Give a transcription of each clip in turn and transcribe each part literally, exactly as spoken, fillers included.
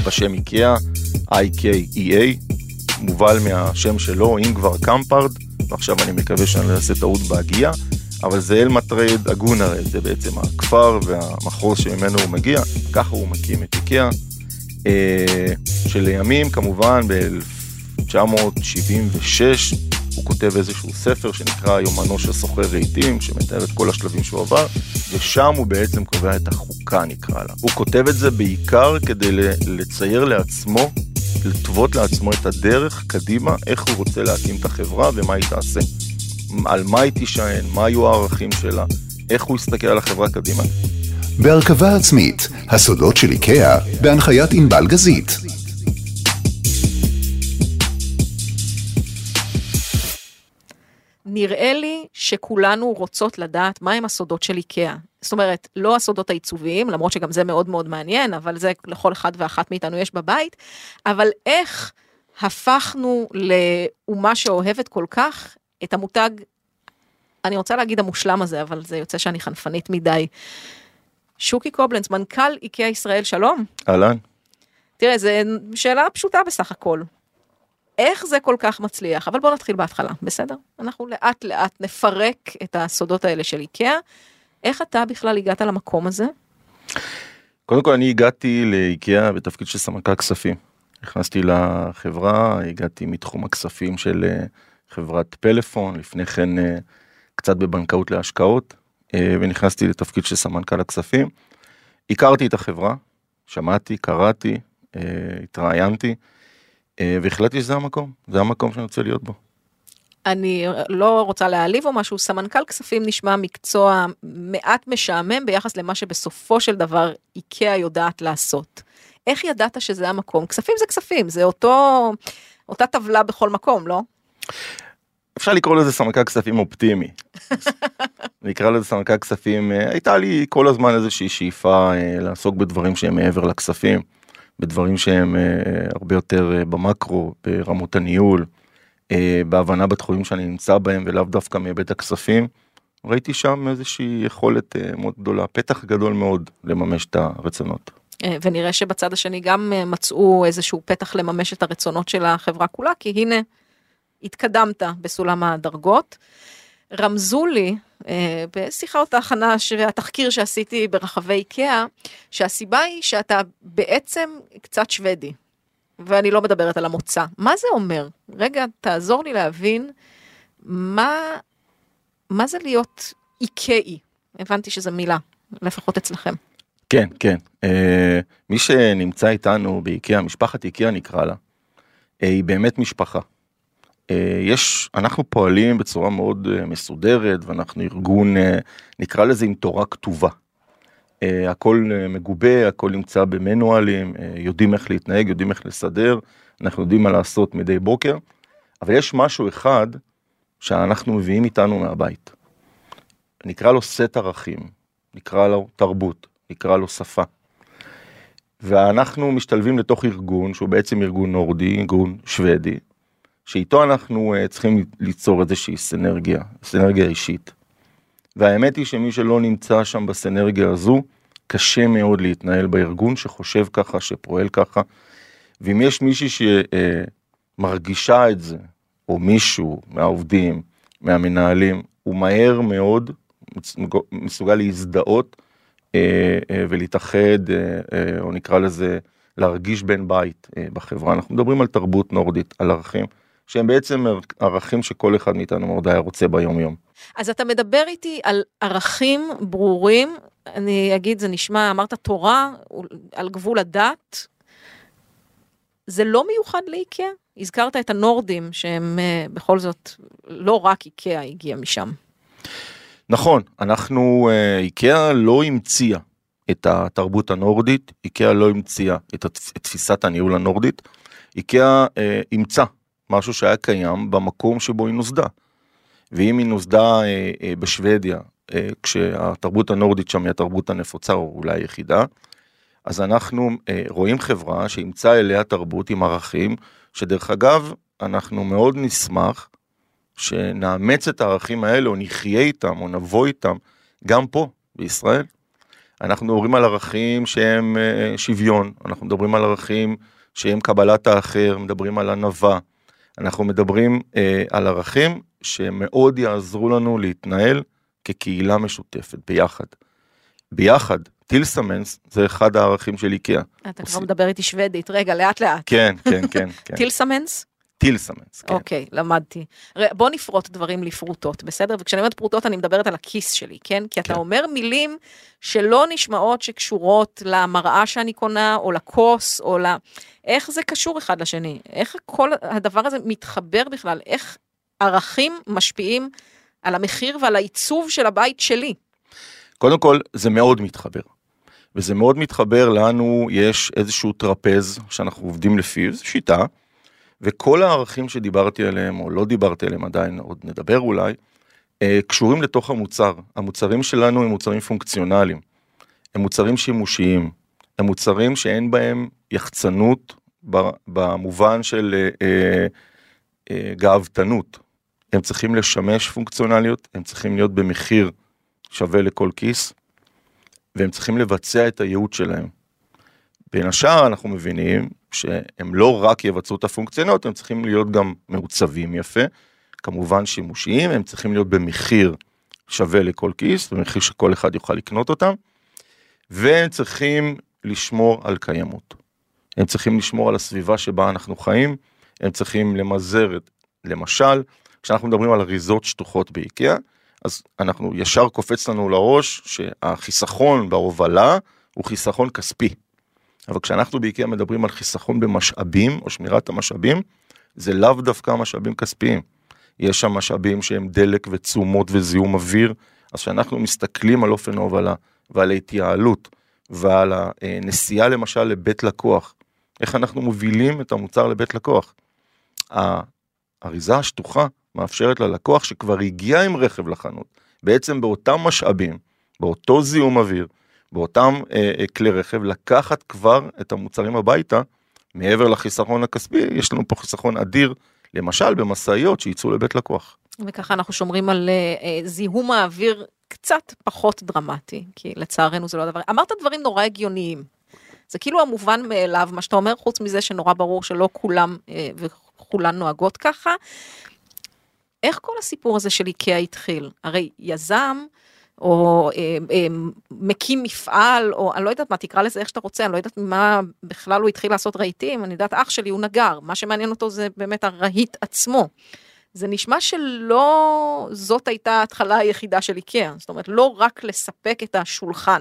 בשם איקאה, איי קיי אי איי, מובל מהשם שלו, אינגבר קמפרד, ועכשיו אני מקווה שאני לא אעשה טעות בהגיעה, אבל זה אל מטרד אגונר, זה בעצם הכפר והמחוז שממנו הוא מגיע, ככה הוא מקים את איקאה, שלימים כמובן ב-אלף תשע מאות שבעים ושש הוא כותב איזשהו ספר שנקרא יומנו של סוחר רהיטים, שמתאר את כל השלבים שהוא עבר, ושם הוא בעצם קובע את החוקה נקרא לה. הוא כותב את זה בעיקר כדי לצייר לעצמו, לטוות לעצמו את הדרך קדימה, איך הוא רוצה להקים את החברה ומה היא תעשה. על מה היא תישען, מה היו הערכים שלה, איך הוא יסתכל על החברה קדימה. בהרכבה עצמית, הסודות של איקאה, בהנחיית ענבל גזית. נראה לי שכולנו רוצות לדעת מהם הסודות של איקאה. זאת אומרת, לא הסודות העיצוביים, למרות שגם זה מאוד מאוד מעניין, אבל זה לכל אחד ואחת מאיתנו יש בבית, אבל איך הפכנו לאומה שאוהבת כל כך את המותג, אני רוצה להגיד המושלם הזה, אבל זה יוצא שאני חנפנית מדי. שוקי קובלנץ, מנכ"ל איקאה ישראל, שלום. אהלן. תראה, זו שאלה פשוטה בסך הכל. איך זה כל כך מצליח? אבל בואו נתחיל בהתחלה, בסדר? אנחנו לאט לאט נפרק את הסודות האלה של איקאה. איך אתה בכלל הגעת למקום הזה? קודם כל אני הגעתי לאיקאה בתפקיד של סמנכ"ל כספים. נכנסתי לחברה, הגעתי מתחום הכספים של חברת פלאפון, לפני כן קצת בבנקאות להשקעות, ונכנסתי לתפקיד של סמנכ"ל הכספים. הכרתי את החברה, שמעתי, קראתי, התראיינתי, והחלטתי שזה המקום, זה המקום שאני רוצה להיות בו. אני לא רוצה להעליב או משהו, סמנכ"ל כספים נשמע מקצוע מעט משעמם ביחס למה שבסופו של דבר איקאה יודעת לעשות. איך ידעת שזה המקום? כספים זה כספים, זה אותו, אותה טבלה בכל מקום, לא? אפשר לקרוא לזה סמנכ"ל כספים אופטימי. נקרא לזה סמנכ"ל כספים, הייתה לי כל הזמן איזושהי שאיפה לעסוק בדברים שהם מעבר לכספים, בדברים שהם הרבה יותר במקרו, ברמות הניהול, בהבנה בתחומים שאני נמצא בהם, ולאו דווקא מהיבט הכספים. ראיתי שם איזושהי יכולת מאוד גדולה, פתח גדול מאוד לממש את הרצונות. ונראה שבצד השני גם מצאו איזשהו פתח לממש את הרצונות של החברה כולה, כי הנה התקדמת בסולם הדרגות. רמזו לי, בשיחות ההכנה והתחקיר שעשיתי ברחבי איקאה, שהסיבה היא שאתה בעצם קצת שוודי, ואני לא מדברת על המוצא. מה זה אומר? רגע, תעזור לי להבין מה, מה זה להיות איקאי. הבנתי שזו מילה, לפחות אצלכם. כן, כן. אה, מי שנמצא איתנו באיקאה, משפחת איקאה נקרא לה, אה, היא באמת משפחה. אה, יש, אנחנו פועלים בצורה מאוד אה, מסודרת, ואנחנו ארגון, אה, נקרא לזה עם תורה כתובה. אה, הכל אה, מגובה, הכל נמצא במנואלים, אה, יודעים איך להתנהג, יודעים איך לסדר, אנחנו יודעים מה לעשות מדי בוקר, אבל יש משהו אחד שאנחנו מביאים איתנו מהבית. נקרא לו סט ערכים, נקרא לו תרבות, נקרא לו שפה. ואנחנו משתלבים לתוך ארגון, שהוא בעצם ארגון נורדי, ארגון שוודי, שאיתו אנחנו uh, צריכים ליצור איזושהי סנרגיה, סנרגיה אישית. והאמת היא שמי שלא נמצא שם בסנרגיה הזו, קשה מאוד להתנהל בארגון שחושב ככה, שפועל ככה. ואם יש מישהי שמרגישה את זה, או מישהו מהעובדים, מהמנהלים, הוא מהר מאוד מסוגל להזדהות, ולהתאחד, או נקרא לזה, להרגיש בן בית בחברה. אנחנו מדברים על תרבות נורדית, על ערכים, שהם בעצם ערכים שכל אחד מאיתנו מאוד היה רוצה ביום יום. אז אתה מדבר איתי על ערכים ברורים, אני אגיד, זה נשמע, אמרת תורה, על גבול הדת, זה לא מיוחד לאיקאה? הזכרת את הנורדים, שהם בכל זאת, לא רק איקאה הגיע משם. נכון, אנחנו, איקאה לא המציאה את התרבות הנורדית, איקאה לא המציאה את תפיסת הניהול הנורדית, איקאה אה, המצא משהו שהיה קיים במקום שבו היא נוסדה, ואם היא נוסדה אה, אה, בשוודיה, אה, כשהתרבות הנורדית שם היא התרבות הנפוצה או אולי היחידה, אז אנחנו אה, רואים חברה שהמצאה אליה תרבות עם ערכים, שדרך אגב אנחנו מאוד נשמח, שנאמץ את הערכים האלה, או נחיה איתם, או נבוא איתם, גם פה, בישראל. אנחנו מדברים על ערכים שהם שוויון, אנחנו מדברים על ערכים שהם קבלת האחר, מדברים על ענווה, אנחנו מדברים על ערכים שמאוד יעזרו לנו להתנהל כקהילה משותפת, ביחד. ביחד, טילסמנס זה אחד הערכים של איקאה. אתה כבר מדבר איתי שוודית, רגע, לאט לאט. כן, כן, כן. טילסמנס? טילסמנס, כן. אוקיי, למדתי. בוא נפרוט דברים לפרוטות, בסדר? וכשאני אומרת פרוטות, אני מדברת על הכיס שלי, כן? כי אתה אומר מילים שלא נשמעות שקשורות למראה שאני קונה, או לכוס, או ל... איך זה קשור אחד לשני? איך כל הדבר הזה מתחבר בכלל? איך ערכים משפיעים על המחיר ועל העיצוב של הבית שלי? קודם כל, זה מאוד מתחבר. וזה מאוד מתחבר לנו, יש איזשהו טרפז שאנחנו עובדים לפיו, זו שיטה, וכל הערכים שדיברתי עליהם, או לא דיברתי עליהם עדיין, עוד נדבר אולי, קשורים לתוך המוצר. המוצרים שלנו הם מוצרים פונקציונליים, הם מוצרים שימושיים, הם מוצרים שאין בהם יחצנות, במובן של אה, אה, גאוותנות. הם צריכים לשמש פונקציונליות, הם צריכים להיות במחיר שווה לכל כיס, והם צריכים לבצע את הייעוד שלהם. בין השאר אנחנו מבינים שהם לא רק יבצעו את הפונקציונות, הם צריכים להיות גם מעוצבים יפה, כמובן שימושיים, הם צריכים להיות במחיר שווה לכל כיס, במחיר שכל אחד יוכל לקנות אותם, והם צריכים לשמור על קיימות. הם צריכים לשמור על הסביבה שבה אנחנו חיים, הם צריכים למזר, למשל, כשאנחנו מדברים על אריזות שטוחות באיקאה, אז אנחנו ישר קופץ לנו לראש שהחיסכון בהובלה הוא חיסכון כספי. אבל כשאנחנו באיקאה מדברים על חיסכון במשאבים או שמירת המשאבים, זה לאו דווקא משאבים כספיים. יש שם משאבים שהם דלק וצומות וזיהום אוויר, אז כשאנחנו מסתכלים על אופן ההובלה ועל ההתייעלות ועל הנסיעה למשל לבית לקוח, איך אנחנו מובילים את המוצר לבית לקוח. האריזה השטוחה מאפשרת ללקוח שכבר הגיע עם רכב לחנות, בעצם באותם משאבים, באותו זיהום אוויר, באותם אה, כלי רכב, לקחת כבר את המוצרים הביתה, מעבר לחיסכון הכספי, יש לנו פה חיסכון אדיר, למשל במסעיות שיצאו לבית לקוח. וככה אנחנו שומרים על אה, זיהום האוויר קצת פחות דרמטי, כי לצערנו זה לא הדבר. אמרת דברים נורא הגיוניים, זה כאילו המובן מאליו, מה שאתה אומר, חוץ מזה שנורא ברור שלא כולם אה, וכולן נוהגות ככה. איך כל הסיפור הזה של איקאה התחיל? הרי יזם, או אה, אה, מקים מפעל, או אני לא יודעת מה, תקרא לזה איך שאתה רוצה, אני לא יודעת מה בכלל הוא התחיל לעשות רהיטים, אני יודעת, אח שלי הוא נגר, מה שמעניין אותו זה באמת הרהיט עצמו. זה נשמע שלא זאת הייתה ההתחלה היחידה של איקאה, זאת אומרת, לא רק לספק את השולחן.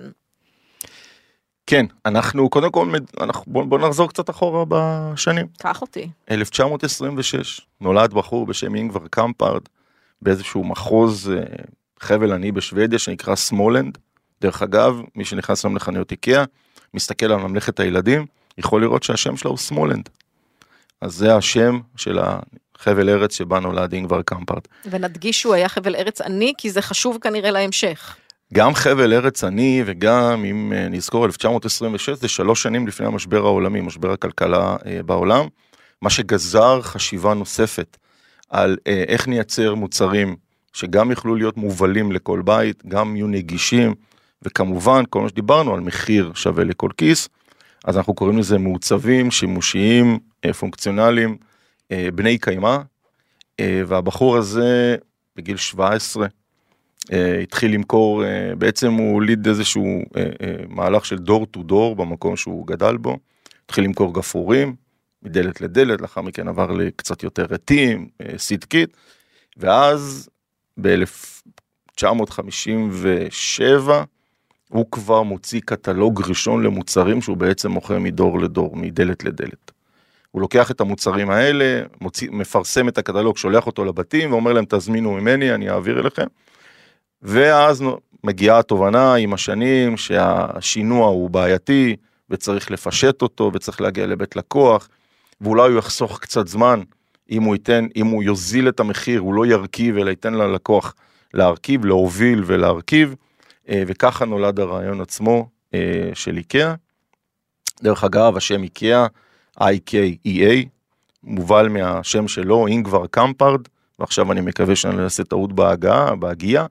כן, אנחנו קודם כל, אנחנו, בוא, בוא נחזור קצת אחורה בשנים. קח אותי. אלף תשע מאות עשרים ושש, נולד בחור בשם אינגבר קמפרד, באיזשהו מחוז חבל עני בשוודיה, שנקרא סמולנד. דרך אגב, מי שנכנס היום לחנויות איקאה, מסתכל על ממלכת הילדים, יכול לראות שהשם שלה הוא סמולנד. אז זה השם של החבל ארץ שבה נולד אינגבר קמפרד. ונדגיש שהוא היה חבל ארץ עני, כי זה חשוב כנראה להמשך. גם חבל ארץ עני, וגם אם נזכור אלף תשע מאות עשרים ושש, זה שלוש שנים לפני המשבר העולמי, משבר הכלכלה בעולם, מה שגזר חשיבה נוספת על איך נייצר מוצרים שגם יוכלו להיות מובלים לכל בית, גם יהיו נגישים, וכמובן כל מה שדיברנו על מחיר שווה לכל כיס, אז אנחנו קוראים לזה מעוצבים, שימושיים, פונקציונליים, בני קיימה, והבחור הזה בגיל שבע עשרה, התחיל למכור, בעצם הוא הוליד איזשהו מהלך של דור טו דור במקום שהוא גדל בו, התחיל למכור גפרורים, מדלת לדלת, לאחר מכן עבר לקצת יותר רטים, סידקית, ואז ב-אלף תשע מאות חמישים ושבע הוא כבר מוציא קטלוג ראשון למוצרים שהוא בעצם מוכר מדור לדור, מדלת לדלת. הוא לוקח את המוצרים האלה, מוציא, מפרסם את הקטלוג, שולח אותו לבתים ואומר להם תזמינו ממני, אני אעביר אליכם. ואז מגיעה התובנה עם השנים שהשינוע הוא בעייתי וצריך לפשט אותו וצריך להגיע לבית לקוח, ואולי הוא יחסוך קצת זמן אם הוא ייתן, אם הוא יוזיל את המחיר, הוא לא ירכיב אלא ייתן ללקוח להרכיב, להוביל ולהרכיב, וככה נולד הרעיון עצמו של איקאה. דרך אגב, השם איקאה, איי קיי אי איי, מובל מהשם שלו, אינגבר קמפרד, ועכשיו אני מקווה שאני לא אעשה טעות בהגעה, בהגיעה,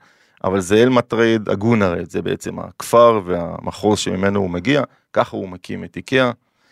אבל זה אל מטרד אגונרד, זה בעצם הכפר והמחוז שממנו הוא מגיע, ככה הוא מקים את איקאה,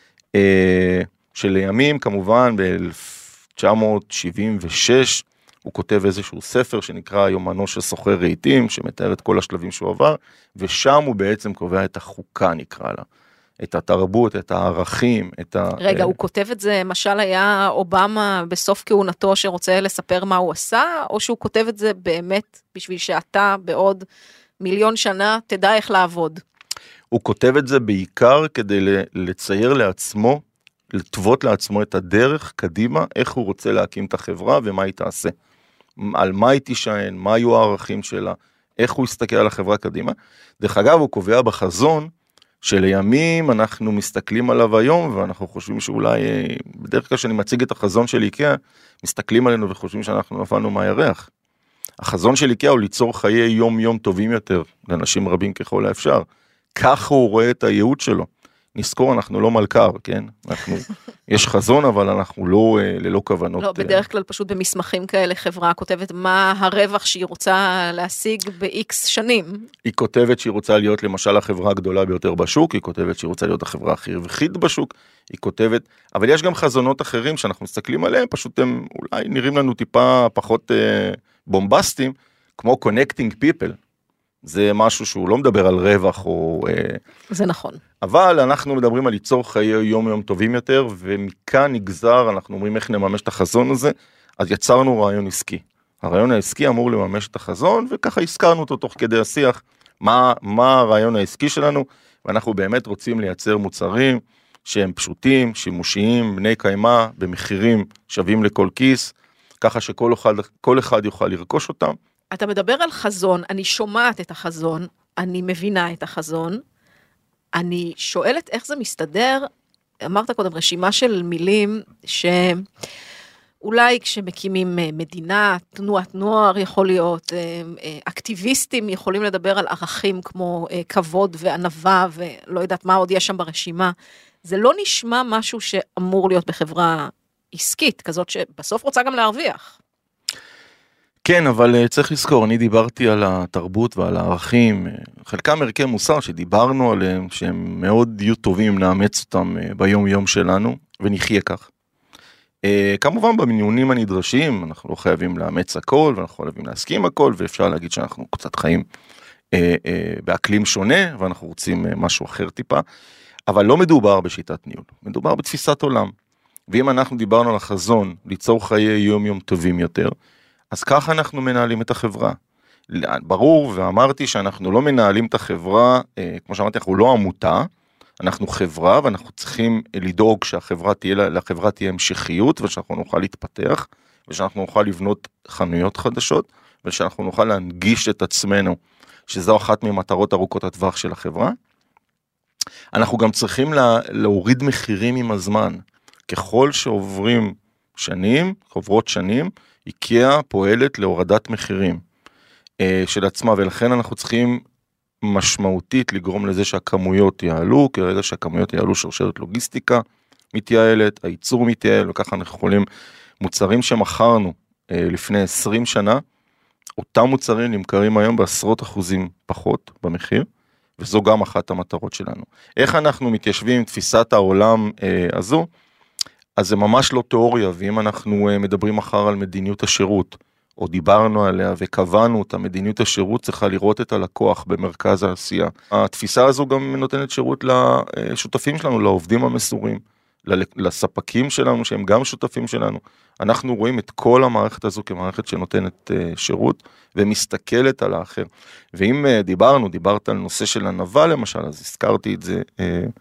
שלימים כמובן ב-אלף תשע מאות שבעים ושש, הוא כותב איזשהו ספר שנקרא יומנו של סוחר רהיטים, שמתאר את כל השלבים שהוא עבר, ושם הוא בעצם קובע את החוקה נקרא לה, את התרבות, את הערכים, את ה... רגע, הוא כותב את זה, משל היה אובמה בסוף כהונתו שרוצה לספר מה הוא עשה, או שהוא כותב את זה באמת בשביל שאתה בעוד מיליון שנה תדע איך לעבוד? הוא כותב את זה בעיקר כדי לצייר לעצמו, לטוות לעצמו את הדרך קדימה, איך הוא רוצה להקים את החברה ומה היא תעשה. על מה היא תישען, מה יהיו הערכים שלה, איך הוא יסתכל על החברה קדימה. דרך אגב, הוא קובע בחזון, שלימים אנחנו מסתכלים עליו היום, ואנחנו חושבים שאולי, בדרך כלל שאני מציג את החזון של איקאה, מסתכלים עלינו וחושבים שאנחנו נפלנו מהירח. החזון של איקאה הוא ליצור חיי יום יום טובים יותר, לאנשים רבים ככל האפשר. ככה הוא רואה את הייעוד שלו. נזכור, אנחנו לא מלכר, כן? אנחנו, יש חזון, אבל אנחנו לא, ללא כוונות. לא, בדרך כלל פשוט במסמכים כאלה חברה כותבת מה הרווח שהיא רוצה להשיג ב-X שנים. היא כותבת שהיא רוצה להיות למשל החברה הגדולה ביותר בשוק, היא כותבת שהיא רוצה להיות החברה הכי רווחית בשוק, היא כותבת, אבל יש גם חזונות אחרים שאנחנו מסתכלים עליהם, פשוט הם אולי נראים לנו טיפה פחות אה, בומבסטיים, כמו connecting people. זה משהו שהוא לא מדבר על רווח או... זה נכון. אבל אנחנו מדברים על ליצור חיי יום יום טובים יותר, ומכאן נגזר, אנחנו אומרים איך נממש את החזון הזה, אז יצרנו רעיון עסקי. הרעיון העסקי אמור לממש את החזון, וככה הזכרנו אותו תוך כדי השיח, מה, מה הרעיון העסקי שלנו, ואנחנו באמת רוצים לייצר מוצרים שהם פשוטים, שימושיים, בני קיימה, במחירים שווים לכל כיס, ככה שכל אחד, כל אחד יוכל לרכוש אותם. אתה מדבר על חזון, אני שומעת את החזון, אני מבינה את החזון, אני שואלת איך זה מסתדר, אמרת קודם רשימה של מילים שאולי כשמקימים מדינה, תנועת נוער יכול להיות, אקטיביסטים יכולים לדבר על ערכים כמו כבוד וענווה ולא יודעת מה עוד יש שם ברשימה, זה לא נשמע משהו שאמור להיות בחברה עסקית, כזאת שבסוף רוצה גם להרוויח. כן, אבל צריך לזכור, אני דיברתי על התרבות ועל הערכים, חלקם ערכי מוסר שדיברנו עליהם, שהם מאוד יהיו טובים נאמץ אותם ביום יום שלנו, ונחיה כך. כמובן במניונים הנדרשים, אנחנו לא חייבים לאמץ הכל, ואנחנו חייבים להסכים הכל, ואפשר להגיד שאנחנו קצת חיים באקלים שונה, ואנחנו רוצים משהו אחר טיפה, אבל לא מדובר בשיטת ניהול, מדובר בתפיסת עולם. ואם אנחנו דיברנו על החזון, ליצור חיי יום יום טובים יותר, אז ככה אנחנו מנהלים את החברה. ברור, ואמרתי שאנחנו לא מנהלים את החברה, כמו שאמרתי, אנחנו לא עמותה, אנחנו חברה, ואנחנו צריכים לדאוג שהחברה תהיה, לחברה תהיה המשכיות, ושאנחנו נוכל להתפתח, ושאנחנו נוכל לבנות חנויות חדשות, ושאנחנו נוכל להנגיש את עצמנו, שזו אחת ממטרות ארוכות הטווח של החברה. אנחנו גם צריכים לה, להוריד מחירים עם הזמן. ככל שעוברים שנים, עוברות שנים, איקאה פועלת להורדת מחירים אה, של עצמה, ולכן אנחנו צריכים משמעותית לגרום לזה שהכמויות יעלו, כרגע שהכמויות יעלו, שרשרת לוגיסטיקה מתייעלת, הייצור מתייעל, וככה אנחנו יכולים, מוצרים שמכרנו אה, לפני עשרים שנה, אותם מוצרים נמכרים היום בעשרות אחוזים פחות במחיר, וזו גם אחת המטרות שלנו. איך אנחנו מתיישבים עם תפיסת העולם אה, הזו? אז זה ממש לא תיאוריה, ואם אנחנו מדברים מחר על מדיניות השירות, או דיברנו עליה וקבענו את המדיניות השירות, צריכה לראות את הלקוח במרכז העשייה. התפיסה הזו גם נותנת שירות לשותפים שלנו, לעובדים המסורים, לספקים שלנו, שהם גם שותפים שלנו. אנחנו רואים את כל המערכת הזו כמערכת שנותנת שירות, ומסתכלת על האחר. ואם דיברנו, דיברת על נושא של ענווה למשל, אז הזכרתי את זה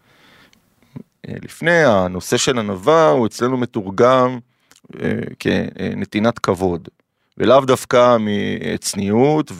לפני. הנושא של ענווה הוא אצלנו מתורגם אה, כנתינת כבוד, ולאו דווקא מצניעות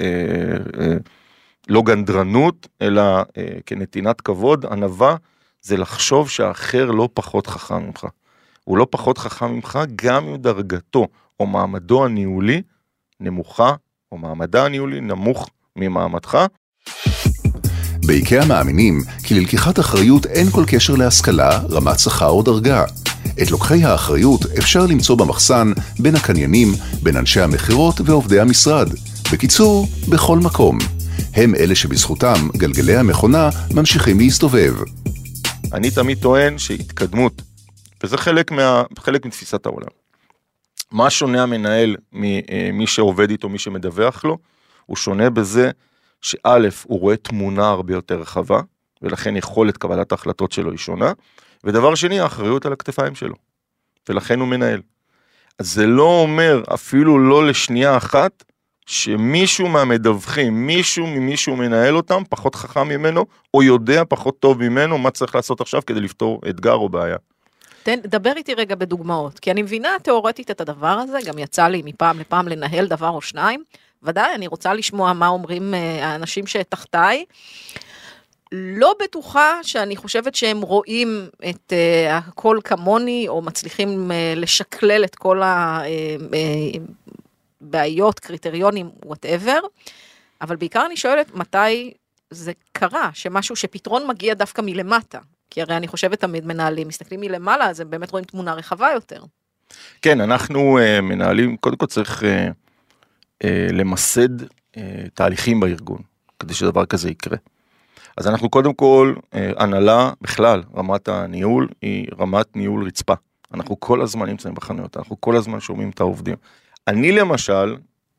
ולא אה, גנדרנות, אלא אה, כנתינת כבוד. ענווה זה לחשוב שהאחר לא פחות חכם ממך. הוא לא פחות חכם ממך גם אם דרגתו או מעמדו הניהולי נמוכה, או מעמדה הניהולי נמוך ממעמדך. באיקאה מאמינים כי ללקיחת אחריות אין כל קשר להשכלה, רמת שכר או דרגה. את לוקחי האחריות אפשר למצוא במחסן, בין הקניינים, בין אנשי המחירות ועובדי המשרד. בקיצור, בכל מקום. הם אלה שבזכותם גלגלי המכונה ממשיכים להסתובב. אני תמיד טוען שהתקדמות, וזה חלק, מה, חלק מתפיסת העולם. מה שונה המנהל ממי שעובד איתו, מי שמדווח לו? הוא שונה בזה שא' הוא רואה תמונה הרבה יותר רחבה, ולכן יכולת קבלת ההחלטות שלו היא שונה, ודבר שני, האחריות על הכתפיים שלו, ולכן הוא מנהל. אז זה לא אומר, אפילו לא לשנייה אחת, שמישהו מהמדווחים, מישהו ממישהו מנהל אותם, פחות חכם ממנו, או יודע פחות טוב ממנו, מה צריך לעשות עכשיו כדי לפתור אתגר או בעיה. תן, דבר איתי רגע בדוגמאות, כי אני מבינה תיאורטית את הדבר הזה, גם יצא לי מפעם לפעם לנהל דבר או שניים, ודאי, אני רוצה לשמוע מה אומרים האנשים שתחתיי, לא בטוחה שאני חושבת שהם רואים את uh, הכל כמוני, או מצליחים uh, לשקלל את כל הבעיות, קריטריונים, whatever, אבל בעיקר אני שואלת מתי זה קרה, שמשהו שפתרון מגיע דווקא מלמטה, כי הרי אני חושבת תמיד מנהלים, מסתכלים מלמעלה, אז הם באמת רואים תמונה רחבה יותר. כן, אנחנו uh, מנהלים, קודם כל צריך uh, uh, למסד uh, תהליכים בארגון, כדי שדבר כזה יקרה. אז אנחנו קודם כל, הנהלה בכלל, רמת הניהול, היא רמת ניהול רצפה. אנחנו כל הזמן נמצאים בחנויות, אנחנו כל הזמן שומעים את העובדים. אני למשל,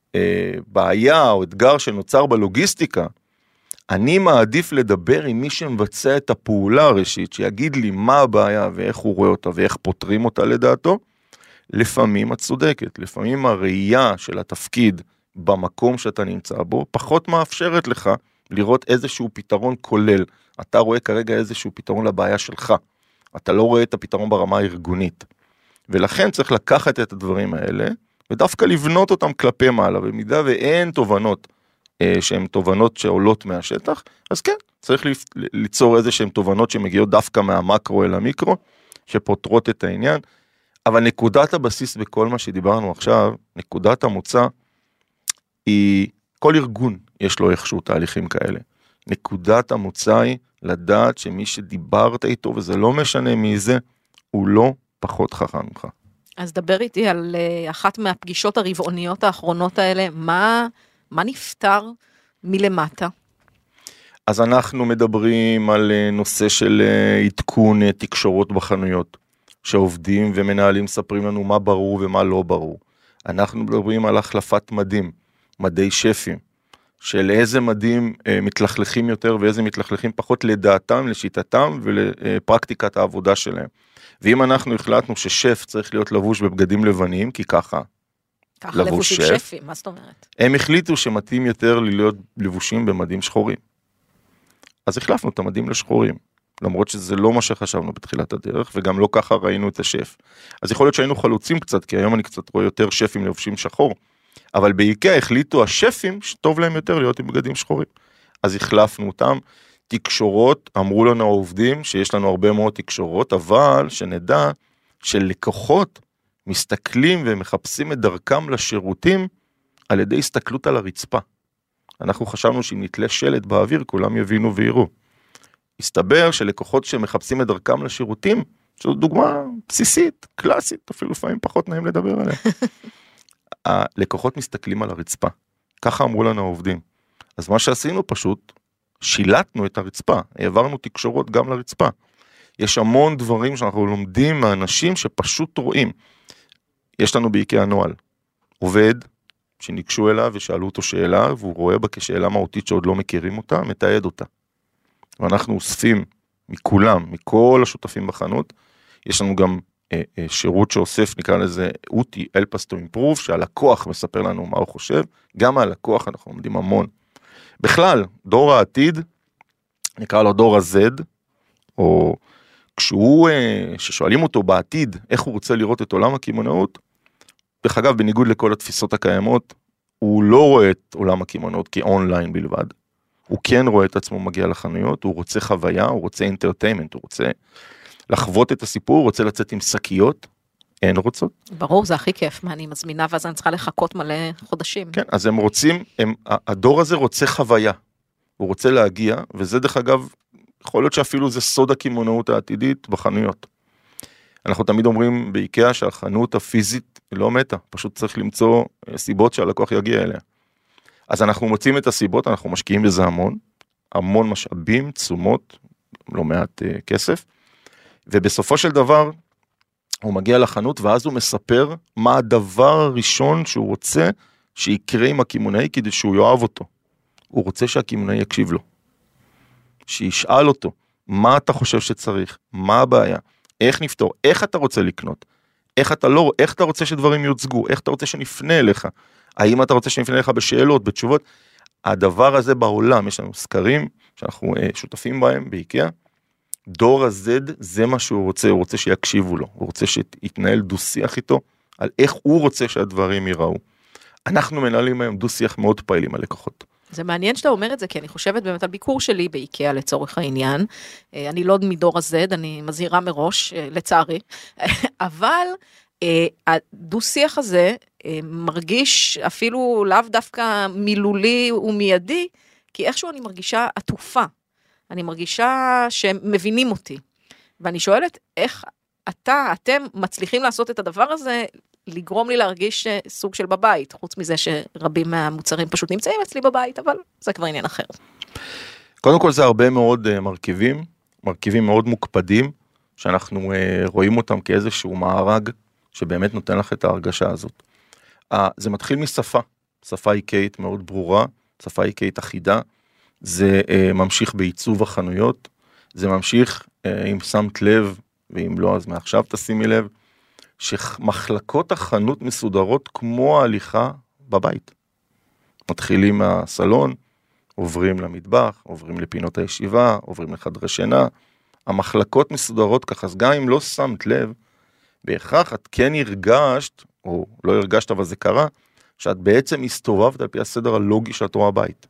בעיה או אתגר שנוצר בלוגיסטיקה, אני מעדיף לדבר עם מי שמבצע את הפעולה הראשית, שיגיד לי מה הבעיה ואיך הוא רואה אותה ואיך פותרים אותה לדעתו. לפעמים את צודקת, לפעמים הראייה של התפקיד במקום שאתה נמצא בו, פחות מאפשרת לך לראות איזשהו פתרון כולל. אתה רואה כרגע איזשהו פתרון לבעיה שלך. אתה לא רואה את הפתרון ברמה הארגונית. ולכן צריך לקחת את הדברים האלה, ודווקא לבנות אותם כלפי מעלה, במידה ואין תובנות, אה, שהן תובנות שעולות מהשטח, אז כן, צריך ליצור איזשהן תובנות שמגיעות דווקא מהמקרו אל המיקרו, שפותרות את העניין, אבל נקודת הבסיס בכל מה שדיברנו עכשיו, נקודת המוצא, היא כל ארגון יש לו איכשהו תהליכים כאלה. נקודת המוצא היא לדעת שמי שדיברת איתו, וזה לא משנה מי זה, הוא לא פחות חכם ממך. אז דבר איתי על אחת מהפגישות הרבעוניות האחרונות האלה, מה, מה נפטר מלמטה? אז אנחנו מדברים על נושא של עדכון תקשורות בחנויות, שעובדים ומנהלים ספרים לנו מה ברור ומה לא ברור. אנחנו מדברים על החלפת מדים, מדי שפים, של איזה מדים אה, מתלכלכים יותר ואיזה מתלכלכים פחות לדעתם, לשיטתם ולפרקטיקת העבודה שלהם. ואם אנחנו החלטנו ששף צריך להיות לבוש בבגדים לבנים, כי ככה, ככה לבוש עם שפים, מה זאת אומרת? הם החליטו שמתאים יותר להיות לבושים במדים שחורים. אז החלפנו את המדים לשחורים, למרות שזה לא מה שחשבנו בתחילת הדרך, וגם לא ככה ראינו את השף. אז יכול להיות שהיינו חלוצים קצת, כי היום אני קצת רואה יותר שפים לבושים שחור, אבל באיקאה החליטו השפים שטוב להם יותר להיות עם בגדים שחורים. אז החלפנו אותם. תקשורות, אמרו לנו העובדים שיש לנו הרבה מאוד תקשורות, אבל שנדע שלקוחות מסתכלים ומחפשים את דרכם לשירותים על ידי הסתכלות על הרצפה. אנחנו חשבנו שאם נתלה שלט באוויר כולם יבינו ויראו. הסתבר שלקוחות שמחפשים את דרכם לשירותים, שזו דוגמה בסיסית, קלאסית, אפילו לפעמים פחות נעים לדבר עליה. הלקוחות מסתכלים על הרצפה, ככה אמרו לנו העובדים. אז מה שעשינו פשוט, שילטנו את הרצפה, העברנו תקשורות גם לרצפה. יש המון דברים שאנחנו לומדים מהאנשים שפשוט רואים. יש לנו באיקאה נועל, עובד שניגשו אליו ושאלו אותו שאלה, והוא רואה בה כשאלה מהותית שעוד לא מכירים אותה, מתעד אותה. ואנחנו אוספים מכולם, מכל השותפים בחנות, יש לנו גם שירות שאוסף, נקרא לזה אוטי, help us to improve, שהלקוח מספר לנו מה הוא חושב, גם מהלקוח אנחנו עומדים המון. בכלל, דור העתיד, נקרא לו דור ה-Z, או כשהוא, ששואלים אותו בעתיד, איך הוא רוצה לראות את עולם הקמעונאות, דרך אגב, בניגוד לכל התפיסות הקיימות, הוא לא רואה את עולם הקמעונאות כאונליין בלבד, הוא כן רואה את עצמו מגיע לחנויות, הוא רוצה חוויה, הוא רוצה אינטרטיימנט, הוא רוצה לחוות את הסיפור, הוא רוצה לצאת עם שקיות, אין רוצות. ברור, זה הכי כיף, מה אני מזמינה, ואז אני צריכה לחכות מלא חודשים. כן, אז הם רוצים, הם, הדור הזה רוצה חוויה, הוא רוצה להגיע, וזה דרך אגב, יכול להיות שאפילו זה סוד הקמעונאות העתידית בחנויות. אנחנו תמיד אומרים באיקאה שהחנות הפיזית לא מתה, פשוט צריך למצוא סיבות שהלקוח יגיע אליה. אז אנחנו מוצאים את הסיבות, אנחנו משקיעים בזה המון, המון משאבים, תשומות, לא מעט uh, כסף, ובסופו של דבר, הוא מגיע לחנות, ואז הוא מספר מה הדבר הראשון שהוא רוצה שיקרה עם הקימונאי, כדי שהוא יאהב אותו. הוא רוצה שהקימונאי יקשיב לו. שישאל אותו, מה אתה חושב שצריך? מה הבעיה? איך נפתור? איך אתה רוצה לקנות? איך אתה לא, איך אתה רוצה שדברים יוצגו? איך אתה רוצה שנפנה אליך? האם אתה רוצה שנפנה אליך בשאלות, בתשובות? הדבר הזה בעולם, יש לנו סקרים שאנחנו uh, שותפים בהם, באיקאה, דור ה-Z זה מה שהוא רוצה, הוא רוצה שיקשיבו לו, הוא רוצה שיתנהל דו-שיח איתו, על איך הוא רוצה שהדברים ייראו. אנחנו מנהלים היום דו-שיח מאוד פעילים על לקוחות. זה מעניין שאתה אומר את זה, כי אני חושבת באמת על ביקור שלי באיקאה לצורך העניין, אני לא מדור ה-Z, אני מזהירה מראש, לצערי, אבל הדו-שיח הזה מרגיש אפילו לאו דווקא מילולי ומיידי, כי איכשהו אני מרגישה עטופה, אני מרגישה שהם מבינים אותי, ואני שואלת איך אתה, אתם מצליחים לעשות את הדבר הזה, לגרום לי להרגיש סוג של בבית, חוץ מזה שרבים מהמוצרים פשוט נמצאים אצלי בבית, אבל זה כבר עניין אחר. קודם כל זה הרבה מאוד מרכיבים, מרכיבים מאוד מוקפדים, שאנחנו רואים אותם כאיזשהו מארג, שבאמת נותן לך את ההרגשה הזאת. זה מתחיל משפה, שפה איקאית מאוד ברורה, שפה איקאית אחידה, זה ממשיך בעיצוב החנויות, זה ממשיך, אם שמת לב, ואם לא אז מעכשיו תשימי לב, שמחלקות החנות מסודרות כמו ההליכה בבית. מתחילים מהסלון, עוברים למטבח, עוברים לפינות הישיבה, עוברים לחדרי שינה, המחלקות מסודרות ככה, אז גם אם לא שמת לב, בהכרח את כן הרגשת, או לא הרגשת אבל זה קרה, שאת בעצם הסתובבת על פי הסדר הלוגי שאת רואה בית.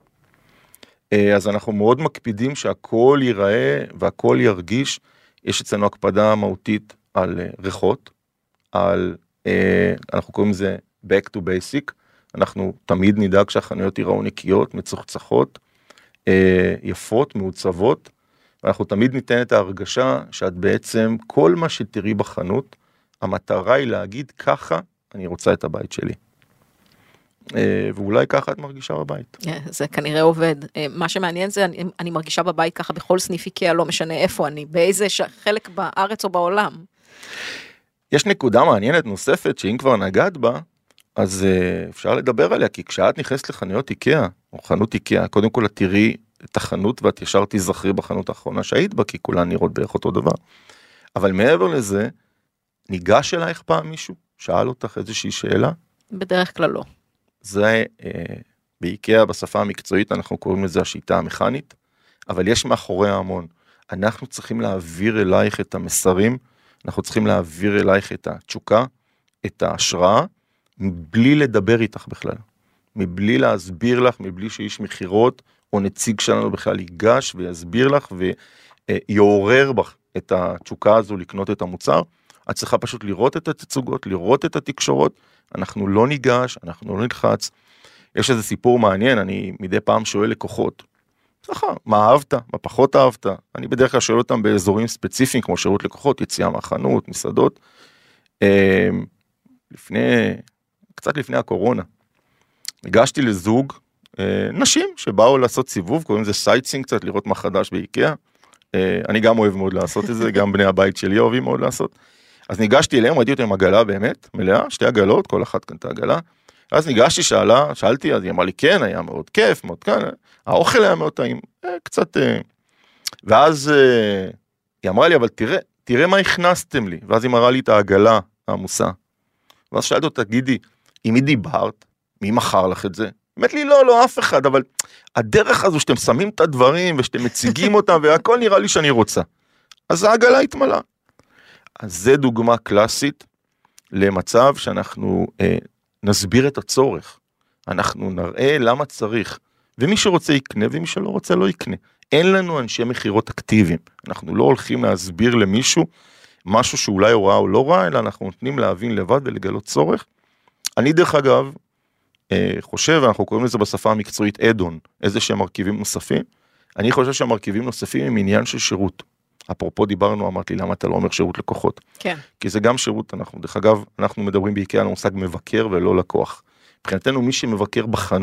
אז אנחנו מאוד מקפידים שהכל ייראה והכל ירגיש, יש אצלנו הקפדה מהותית על ריחות, על, אנחנו קוראים לזה back to basic, אנחנו תמיד נדאג שהחנויות ייראו נקיות, מצוחצחות, יפות, מעוצבות, ואנחנו תמיד ניתן את ההרגשה שאת בעצם, כל מה שתראי בחנות, המטרה היא להגיד ככה, אני רוצה את הבית שלי. ואולי ככה את מרגישה בבית. זה כנראה עובד. מה שמעניין זה, אני, אני מרגישה בבית ככה בכל סניף איקאה, לא משנה איפה אני, באיזה חלק בארץ או בעולם. יש נקודה מעניינת נוספת, שאם כבר נגעת בה, אז אפשר לדבר עליה, כי כשאת נכנסת לחנויות איקאה, או חנות איקאה, קודם כל את תראי את החנות, ואת ישר תזכרי בחנות האחרונה שהיית בה, כי כולן נראות בערך אותו דבר. אבל מעבר לזה, ניגש אלייך פעם מישהו, שאל אותך איזושהי שאלה? בדרך כלל לא. זה, אה, באיקאה, בשפה המקצועית, אנחנו קוראים לזה השיטה המכנית, אבל יש מאחורי המון. אנחנו צריכים להעביר אלייך את המסרים, אנחנו צריכים להעביר אלייך את התשוקה, את ההשראה, מבלי לדבר איתך בכלל. מבלי להסביר לך, מבלי שאיש מחירות, או נציג שלנו בכלל ייגש ויסביר לך, ויעורר בך את התשוקה הזו לקנות את המוצר. את צריכה פשוט לראות את התצוגות, לראות את התקשורות, אנחנו לא ניגש, אנחנו לא נלחץ. יש איזה סיפור מעניין, אני מדי פעם שואל לקוחות, ככה, מה אהבת, מה פחות אהבת? אני בדרך כלל שואל אותם באזורים ספציפיים, כמו שירות לקוחות, יציאה מהחנות, מסעדות. לפני, קצת לפני הקורונה, הגשתי לזוג נשים שבאו לעשות סיבוב, קוראים לזה סייטסינג קצת, לראות מה חדש באיקאה. אני גם אוהב מאוד לעשות את זה, גם בני הבית שלי אוהבים מאוד לעשות. אז ניגשתי אליהם, ראיתי אותם עם עגלה באמת, מלאה, שתי עגלות, כל אחת קנתה עגלה. אז ניגשתי, שאלה, שאלתי, אז היא אמרה לי, כן, היה מאוד כיף, מאוד כאן, האוכל היה מאוד טעים, קצת, ואז היא אמרה לי, אבל תראה, תראה מה הכנסתם לי, ואז היא מראה לי את העגלה העמוסה, ואז שאלתי אותה, תגידי, עם מי דיברת? מי מכר לך את זה? באמת לי, לא, לא, אף אחד, אבל הדרך הזו שאתם שמים את הדברים, ושאתם מציגים אותם, והכל נראה לי שאני רוצה. אז העגלה התמלאה. אז זה דוגמה קלאסית, למצב שאנחנו אה, נסביר את הצורך. אנחנו נראה למה צריך, ומי שרוצה יקנה, ומי שלא רוצה לא יקנה. אין לנו אנשי מחירות אקטיביים. אנחנו לא הולכים להסביר למישהו, משהו שאולי הוא רע או לא רע, אלא אנחנו נותנים להבין לבד ולגלות צורך. אני דרך אגב, חושב, אנחנו קוראים לזה בשפה המקצועית אדון, איזה שהם מרכיבים נוספים. אני חושב שהמרכיבים נוספים הם עניין של שירות. אפרופו דיברנו, אמרתי, למה אתה לא אומר שירות לקוחות? כן. כי זה גם שירות, אנחנו, דרך אגב, אנחנו מדברים בעיקר על המושג מבקר ולא לקוח. מבחינתנו, מי שמבקר בחנות,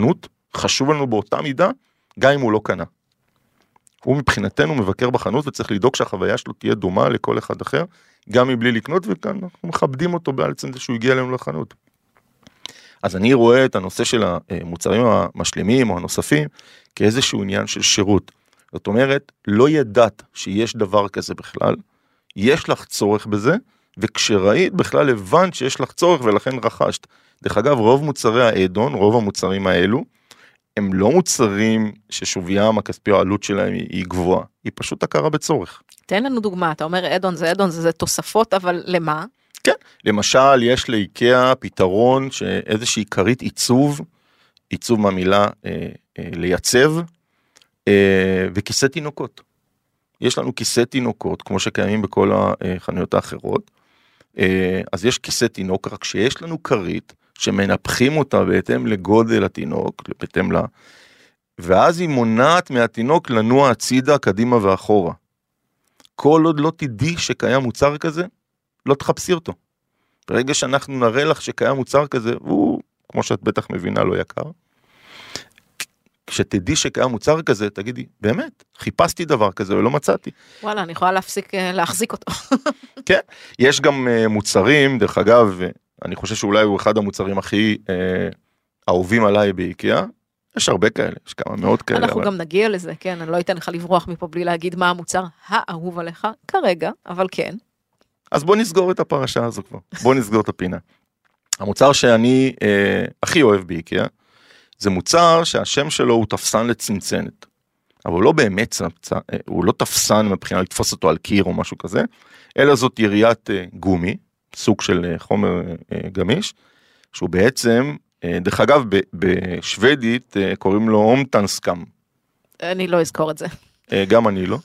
חשוב לנו באותה מידה, גם אם הוא לא קנה. הוא מבחינתנו מבקר בחנות, וצריך לדאוג שהחוויה שלו תהיה דומה לכל אחד אחר, גם מבלי לקנות, וכאן אנחנו מכבדים אותו בעצם זה שהוא הגיע אלינו לחנות. אז אני רואה את הנושא של המוצרים המשלימים או הנוספים, כאיזשהו עניין של שירות. זאת אומרת, לא ידעת שיש דבר כזה בכלל, יש לך צורך בזה, וכשראית בכלל הבנת שיש לך צורך ולכן רכשת. דרך אגב, רוב מוצרי האדון, רוב המוצרים האלו, הם לא מוצרים ששוויים הכספי העלות שלהם היא גבוהה, היא פשוט הכרה בצורך. תן לנו דוגמה, אתה אומר אדון זה אדון, זה, זה תוספות, אבל למה? כן. למשל, יש לאיקאה פתרון שאיזושהי כרית עיצוב, עיצוב מהמילה אה, אה, לייצב, אה, וכיסא תינוקות. יש לנו כיסא תינוקות, כמו שקיימים בכל החנויות האחרות, אה, אז יש כיסא תינוק, רק שיש לנו כרית, שמנפחים אותה בהתאם לגודל התינוק, בהתאם לה, ואז היא מונעת מהתינוק לנוע הצידה, קדימה ואחורה. כל עוד לא תדעי שקיים מוצר כזה, לא תחפשי אותו. ברגע שאנחנו נראה לך שקיים מוצר כזה, הוא, כמו שאת בטח מבינה, לא יקר. כשתדעי שקיים מוצר כזה, תגידי, באמת, חיפשתי דבר כזה ולא מצאתי. וואלה, אני יכולה להפסיק להחזיק אותו. כן, יש גם מוצרים, דרך אגב, אני חושב שאולי הוא אחד המוצרים הכי אה, אהובים עליי באיקאה, יש הרבה כאלה, יש כמה מאות כאלה. אנחנו אבל... גם נגיע לזה, כן, אני לא אתן לך לברוח מפה בלי להגיד מה המוצר האהוב עליך, כרגע, אבל כן. אז בוא נסגור את הפרשה הזו כבר, בוא נסגור את הפינה. המוצר שאני אה, הכי אוהב באיקאה, זה מוצר שהשם שלו הוא תפסן לצנצנת, אבל הוא לא באמת צנצן, הוא לא תפסן מבחינה לתפוס אותו על קיר או משהו כזה, אלא זאת יריית אה, גומי, סוג של חומר גמיש, שהוא בעצם, דרך אגב, בשוודית קוראים לו אומטנסקאם. אני לא אזכור את זה. גם אני לא.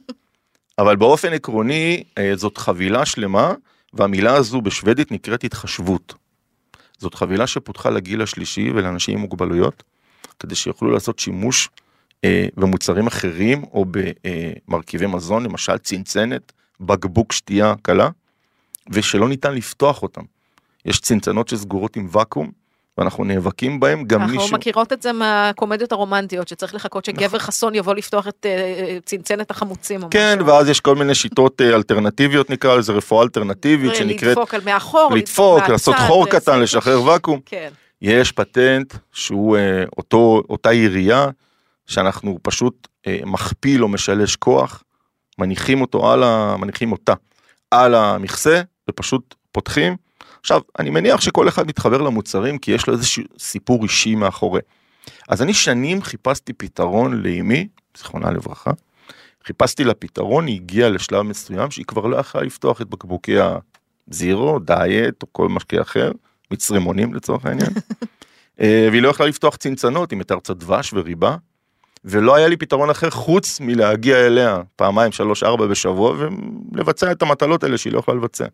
אבל באופן עקרוני, זאת חבילה שלמה, והמילה הזו בשוודית נקראת התחשבות. זאת חבילה שפותחה לגיל השלישי ולאנשים עם מוגבלויות, כדי שיוכלו לעשות שימוש במוצרים אחרים, או במרכיבי מזון, למשל צנצנת, בקבוק שתייה קלה, ושלא ניתן לפתוח אותם. יש צנצנות שסגורות עם וקום, ואנחנו נאבקים בהם גם מישהו... אנחנו מכירות את זה מהקומדיות הרומנטיות, שצריך לחכות שגבר חסון יבוא לפתוח את צנצנת החמוצים. כן, ואז יש כל מיני שיטות אלטרנטיביות, נקרא לזה רפואה אלטרנטיבית, שנקראת... לדפוק על מאחור, לדפוק, לעשות חור קטן, לשחרר וקום. יש פטנט שהוא אותה ירייה, שאנחנו פשוט מכפיל או משלש כוח, מניחים אותו על ה... מניחים אותה. על המכסה, ופשוט פותחים. עכשיו, אני מניח שכל אחד מתחבר למוצרים, כי יש לו איזשהו סיפור אישי מאחורי. אז אני שנים חיפשתי פתרון לאמי, זכרונה לברכה, חיפשתי לה פתרון, היא הגיעה לשלב מסוים, שהיא כבר לא יכלה לפתוח את בקבוקי הזירו, דיאט, או כל משקה אחר, מצרימונים לצורך העניין, והיא לא יכלה לפתוח צנצנות, עם יותר קצת דבש וריבה, ולא היה לי פתרון אחר חוץ מלהגיע אליה פעמיים, שלוש, ארבע בשבוע, ולבצע את המטלות האלה שהיא לא יכולה לבצע.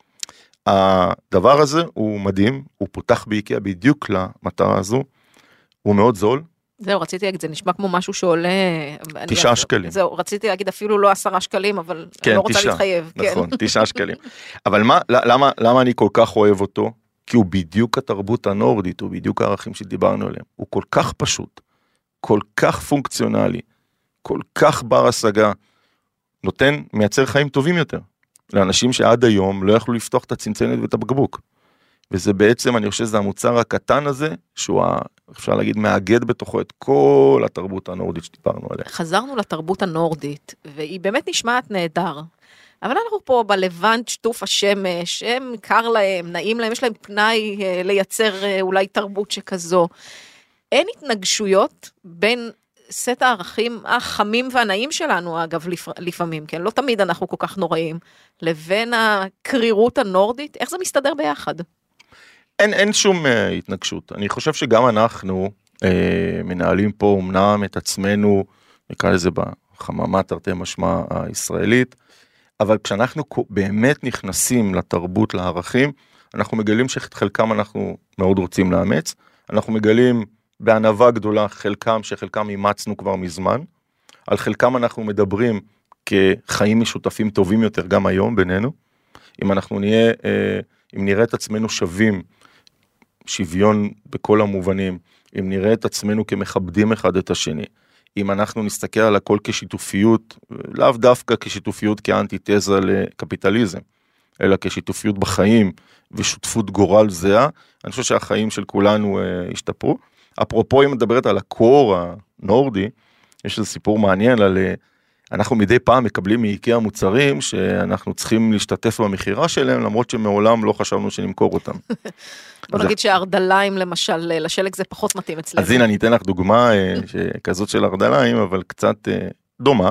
הדבר הזה הוא מדהים, הוא פותח באיקאה בדיוק למטרה הזו, הוא מאוד זול. זהו, רציתי להגיד, זה נשמע כמו משהו שעולה... תשעה שקלים. זהו, רציתי להגיד אפילו לא עשרה שקלים, אבל כן, אני לא רוצה תשעה, להתחייב. נכון, כן. תשעה שקלים. אבל מה, למה, למה אני כל כך אוהב אותו? כי הוא בדיוק התרבות הנורדית, הוא בדיוק הערכים שדיברנו עליהם. הוא כל כך פשוט. כל כך פונקציונלי, כל כך בר השגה, נותן, מייצר חיים טובים יותר, לאנשים שעד היום לא יכלו לפתוח את הצנצנת ואת הבקבוק. וזה בעצם, אני חושב שזה המוצר הקטן הזה, שהוא, אפשר להגיד, מאגד בתוכו את כל התרבות הנורדית שדיברנו עליה. חזרנו לתרבות הנורדית, והיא באמת נשמעת נהדר. אבל אנחנו פה בלבנט שטוף השמש, הם קר להם, נעים להם, יש להם פנאי לייצר אולי תרבות שכזו. אין התנגשויות בין סט הערכים החמים והנעים שלנו, אגב, לפעמים, כן? לא תמיד אנחנו כל כך נוראים, לבין הקרירות הנורדית, איך זה מסתדר ביחד? אין, אין שום uh, התנגשות. אני חושב שגם אנחנו uh, מנהלים פה אמנם את עצמנו, נקרא לזה בחממה תרתי משמע הישראלית, אבל כשאנחנו באמת נכנסים לתרבות, לערכים, אנחנו מגלים שאת חלקם אנחנו מאוד רוצים לאמץ, אנחנו מגלים בענווה גדולה חלקם שחלקם אימצנו כבר מזמן, על חלקם אנחנו מדברים כחיים משותפים טובים יותר גם היום בינינו, אם אנחנו נהיה, אם נראה את עצמנו שווים, שוויון בכל המובנים, אם נראה את עצמנו כמכבדים אחד את השני, אם אנחנו נסתכל על הכל כשיתופיות, לאו דווקא כשיתופיות כאנטיתזה לקפיטליזם, אלא כשיתופיות בחיים ושותפות גורל זהה, אני חושב שהחיים של כולנו אה, השתפרו. אפרופו, אם מדברת על הקור הנורדי, יש איזה סיפור מעניין על, אנחנו מדי פעם מקבלים מאיקאה מוצרים, שאנחנו צריכים להשתתף במחירה שלהם, למרות שמעולם לא חשבנו שנמכור אותם. בוא נגיד שהארדליים למשל, לשלג זה פחות מתאים אצלנו. אז הנה, אני אתן לך דוגמה כזאת של ארדליים, אבל קצת דומה.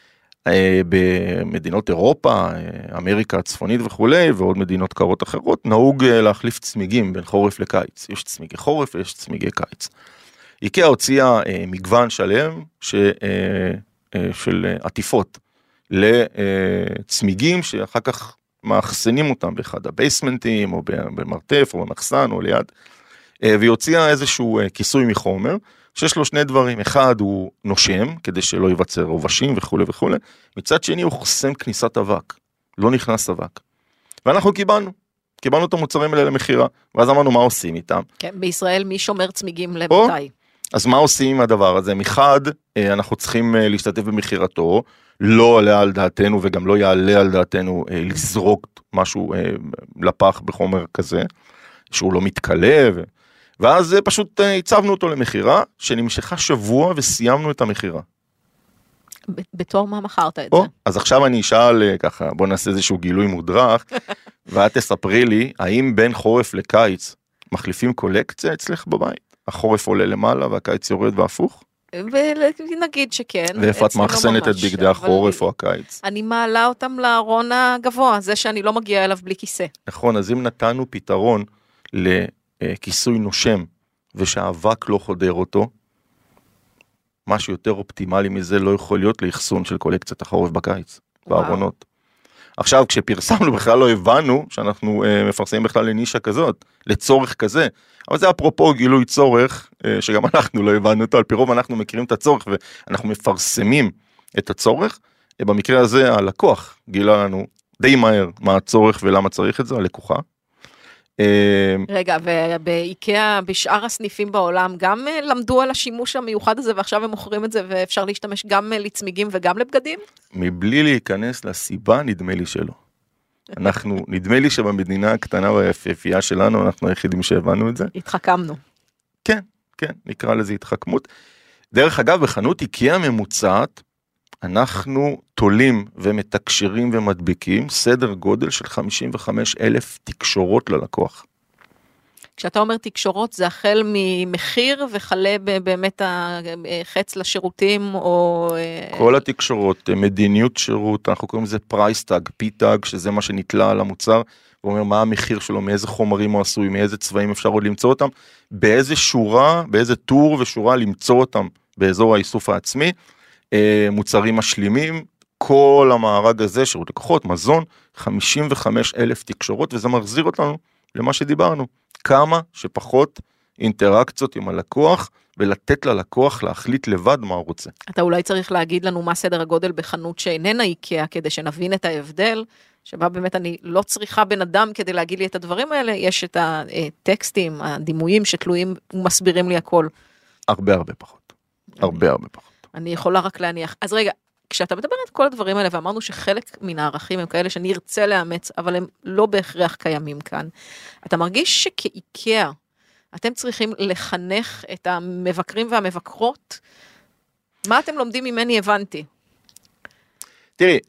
במדינות אירופה, אמריקה הצפונית וכולי, ועוד מדינות קרות אחרות, נהוג להחליף צמיגים בין חורף לקיץ. יש צמיגי חורף ויש צמיגי קיץ. איקאה הוציאה מגוון שלם ש, של עטיפות לצמיגים שאחר כך מאחסנים אותם באחד הבייסמנטים או במרתף או במחסן או ליד, והיא הוציאה איזשהו כיסוי מחומר, שיש לו שני דברים, אחד הוא נושם, כדי שלא ייווצר עובשים וכו' וכו', מצד שני הוא חוסם כניסת אבק, לא נכנס אבק. ואנחנו קיבלנו, קיבלנו את המוצרים האלה למחירה, ואז אמרנו מה עושים איתם. כן, בישראל מי שומר צמיגים למתי? אז מה עושים עם הדבר הזה? מחד, אנחנו צריכים להשתתף במחירתו, לא עלה על דעתנו וגם לא יעלה על דעתנו לזרוק משהו לפח בחומר כזה, שהוא לא מתקלה ו... ואז פשוט הצבנו אותו למחירה, שנמשכה שבוע וסיימנו את המחירה. בתור מה מכרת את או, זה? אז עכשיו אני אשאל ככה, בוא נעשה איזשהו גילוי מודרך, ואת תספרי לי, האם בין חורף לקיץ מחליפים קולקציה אצלך בבית? החורף עולה למעלה והקיץ יורד והפוך? ונגיד שכן. ואיפה את מאחסנת את בגדי החורף או הקיץ? אני מעלה אותם לארון הגבוה, זה שאני לא מגיעה אליו בלי כיסא. נכון, אז אם נתנו פתרון ל... כיסוי נושם, ושהאבק לא חודר אותו, משהו יותר אופטימלי מזה לא יכול להיות לאחסון של קולקציית החורף בקיץ, בארונות. עכשיו, כשפרסמנו בכלל לא הבנו, שאנחנו uh, מפרסמים בכלל לנישה כזאת, לצורך כזה, אבל זה אפרופו גילוי צורך, uh, שגם אנחנו לא הבנו אותו, על פי רוב אנחנו מכירים את הצורך, ואנחנו מפרסמים את הצורך, uh, במקרה הזה הלקוח גילה לנו די מהר מה הצורך ולמה צריך את זה, הלקוחה, רגע, ובאיקאה, בשאר הסניפים בעולם, גם למדו על השימוש המיוחד הזה, ועכשיו הם מוכרים את זה, ואפשר להשתמש גם לצמיגים וגם לבגדים? מבלי להיכנס לסיבה, נדמה לי שלא. אנחנו, נדמה לי שבמדינה הקטנה והיפהפייה שלנו, אנחנו היחידים שהבנו את זה. התחכמנו. כן, כן, נקרא לזה התחכמות. דרך אגב, בחנות איקאה ממוצעת, אנחנו תולים ומתקשרים ומדביקים סדר גודל של חמישים וחמישה אלף תקשורות ללקוח. כשאתה אומר תקשורות, זה החל ממחיר וחלה באמת החץ לשירותים או... כל התקשורות, מדיניות שירות, אנחנו קוראים לזה פרייס טאג, פי טאג, שזה מה שנתלה על המוצר, הוא אומר מה המחיר שלו, מאיזה חומרים הוא עשוי, מאיזה צבעים אפשר עוד למצוא אותם, באיזה שורה, באיזה טור ושורה למצוא אותם באזור האיסוף העצמי, מוצרים משלימים, כל המארג הזה, שירות לקוחות, מזון, חמישים וחמישה אלף תקשורות, וזה מחזיר אותנו למה שדיברנו, כמה שפחות אינטראקציות עם הלקוח, ולתת ללקוח להחליט לבד מה הוא רוצה. אתה אולי צריך להגיד לנו מה סדר הגודל בחנות שאיננה איקאה, כדי שנבין את ההבדל, שבה באמת אני לא צריכה בן אדם כדי להגיד לי את הדברים האלה, יש את הטקסטים, הדימויים שתלויים ומסבירים לי הכל. הרבה הרבה פחות, הרבה הרבה פחות. אני יכולה רק להניח. אז רגע, כשאתה מדבר את כל הדברים האלה, ואמרנו שחלק מן הערכים הם כאלה שאני ארצה לאמץ, אבל הם לא בהכרח קיימים כאן. אתה מרגיש שכאיקאה, אתם צריכים לחנך את המבקרים והמבקרות? מה אתם לומדים ממני הבנתי? תראי,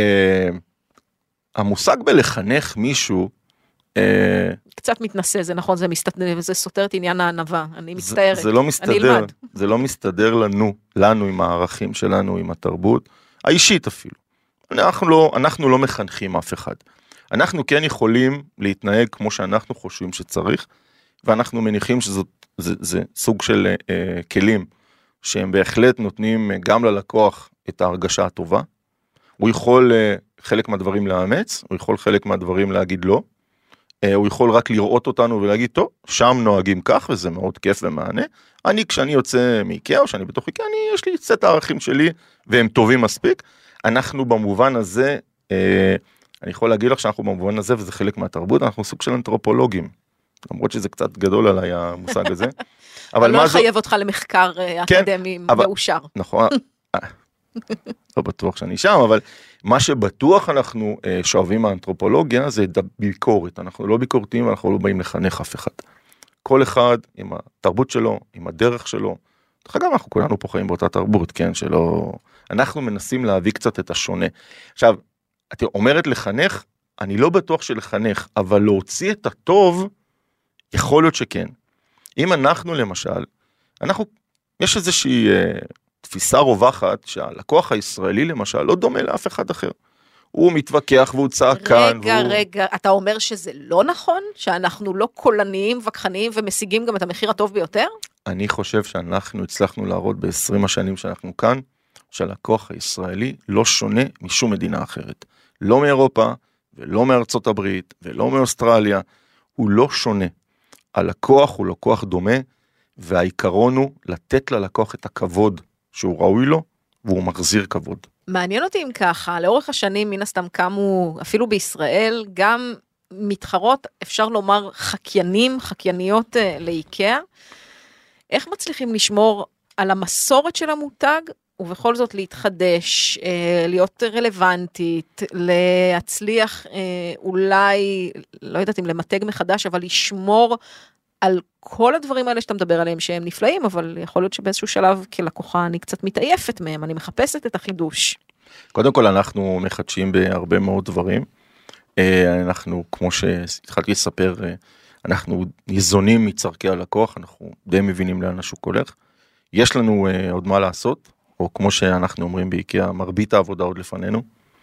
המושג בלחנך מישהו, קצת מתנסה, זה נכון, זה, מסת... זה סותר את עניין הענווה, אני מצטערת, זה, זה לא מסתדר, אני אלמד. זה לא מסתדר לנו, לנו עם הערכים שלנו, עם התרבות, האישית אפילו. אנחנו לא, אנחנו לא מחנכים אף אחד. אנחנו כן יכולים להתנהג כמו שאנחנו חושבים שצריך, ואנחנו מניחים שזה זה, זה סוג של אה, כלים, שהם בהחלט נותנים גם ללקוח את ההרגשה הטובה. הוא יכול אה, חלק מהדברים לאמץ, הוא יכול חלק מהדברים להגיד לא, הוא יכול רק לראות אותנו ולהגיד, טוב, שם נוהגים כך, וזה מאוד כיף ומענה. אני, כשאני יוצא מאיקאה, או שאני בתוך איקאה, אני, יש לי סט הערכים שלי, והם טובים מספיק. אנחנו במובן הזה, אה, אני יכול להגיד לך שאנחנו במובן הזה, וזה חלק מהתרבות, אנחנו סוג של אנתרופולוגים. למרות שזה קצת גדול עליי המושג הזה. אבל לא לחייב אותך למחקר אקדמי מאושר. נכון, לא בטוח שאני שם, אבל מה שבטוח אנחנו שואבים מהאנתרופולוגיה זה ביקורת, אנחנו לא ביקורתיים, אנחנו לא באים לחנך אף אחד. כל אחד עם התרבות שלו, עם הדרך שלו, דרך אגב אנחנו כולנו פה חיים באותה תרבות, כן, שלא, אנחנו מנסים להביא קצת את השונה. עכשיו, את אומרת לחנך, אני לא בטוח שלחנך, אבל להוציא את הטוב, יכול להיות שכן. אם אנחנו למשל, אנחנו, יש איזושהי אה, תפיסה רווחת, שהלקוח הישראלי למשל לא דומה לאף אחד אחר. הוא מתווכח והוא צעקן. רגע, והוא... רגע, אתה אומר שזה לא נכון? שאנחנו לא קולניים, וכחניים ומשיגים גם את המחיר הטוב ביותר? אני חושב שאנחנו הצלחנו להראות ב-עשרים השנים שאנחנו כאן, שהלקוח הישראלי לא שונה משום מדינה אחרת. לא מאירופה, ולא מארצות הברית, ולא מאוסטרליה, הוא לא שונה. הלקוח הוא לקוח דומה, והעיקרון הוא לתת ללקוח את הכבוד שהוא ראוי לו, והוא מחזיר כבוד. מעניין אותי אם ככה, לאורך השנים מן הסתם קמו, אפילו בישראל, גם מתחרות, אפשר לומר חקיינים, חקייניות לאיקאה, איך מצליחים לשמור על המסורת של המותג, ובכל זאת להתחדש, להיות רלוונטית, להצליח אולי, לא יודעת אם למתג מחדש, אבל לשמור על כל הדברים האלה שאתה מדבר עליהם, שהם נפלאים, אבל יכול להיות שבאיזשהו שלב כלקוחה אני קצת מתעייפת מהם, אני מחפשת את החידוש. קודם כל אנחנו מחדשים בהרבה מאוד דברים, אנחנו כמו שהתחלתי לספר, אנחנו ניזונים מצרכי הלקוח, אנחנו די מבינים לאן השוק הולך, יש לנו עוד מה לעשות, או כמו שאנחנו אומרים באיקאה, מרבית העבודה עוד לפנינו,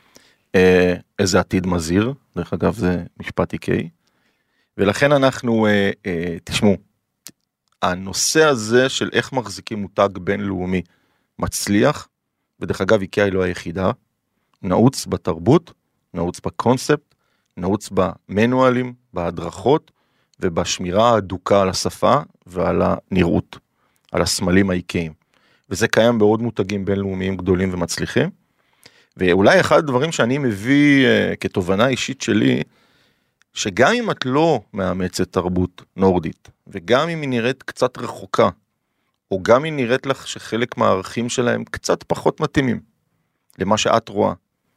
איזה עתיד מזהיר, דרך אגב זה משפט איקאי, ולכן אנחנו, תשמעו, הנושא הזה של איך מחזיקים מותג בינלאומי מצליח, ודרך אגב איקאה היא לא היחידה, נעוץ בתרבות, נעוץ בקונספט, נעוץ במנואלים, בהדרכות, ובשמירה האדוקה על השפה ועל הנראות, על הסמלים האיקאיים. וזה קיים בעוד מותגים בינלאומיים גדולים ומצליחים. ואולי אחד הדברים שאני מביא uh, כתובנה אישית שלי, שגם אם את לא מאמצת תרבות נורדית, וגם אם היא נראית קצת רחוקה, או גם אם נראית לך שחלק מהערכים שלהם קצת פחות מתאימים, למה שאת רואה,